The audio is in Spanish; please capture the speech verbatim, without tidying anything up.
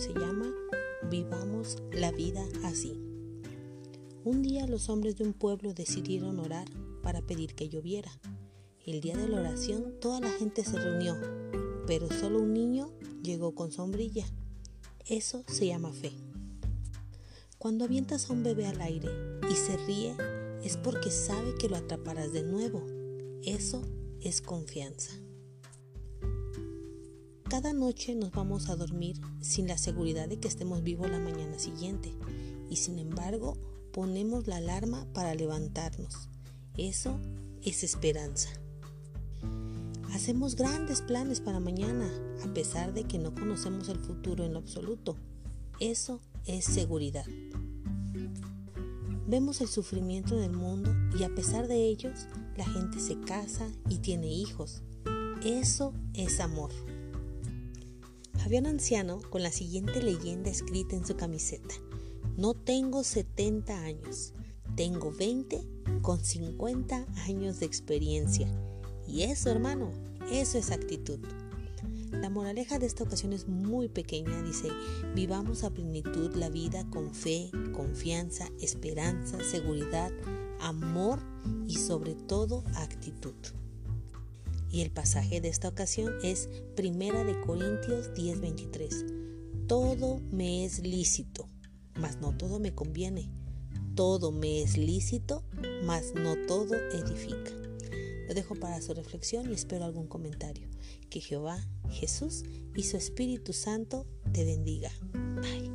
se llama Vivamos la vida así. Un día los hombres de un pueblo decidieron orar para pedir que lloviera. El día de la oración toda la gente se reunió, pero solo un niño llegó con sombrilla. Eso se llama fe. Cuando avientas a un bebé al aire y se ríe, es porque sabe que lo atraparás de nuevo. Eso es confianza. Cada noche nos vamos a dormir sin la seguridad de que estemos vivos la mañana siguiente, y sin embargo ponemos la alarma para levantarnos. Eso es esperanza. Hacemos grandes planes para mañana, a pesar de que no conocemos el futuro en lo absoluto. Eso es seguridad. Vemos el sufrimiento del mundo y a pesar de ellos, la gente se casa y tiene hijos. Eso es amor. Había un anciano con la siguiente leyenda escrita en su camiseta: no tengo setenta años, tengo veinte con cincuenta años de experiencia. Y eso, hermano, eso es actitud. La moraleja de esta ocasión es muy pequeña, dice: vivamos a plenitud la vida con fe, confianza, esperanza, seguridad, amor y sobre todo actitud. Y el pasaje de esta ocasión es Primera de Corintios diez veintitrés. Todo me es lícito, mas no todo me conviene. Todo me es lícito, mas no todo edifica. Lo dejo para su reflexión y espero algún comentario. Que Jehová, Jesús y su Espíritu Santo te bendiga. Bye.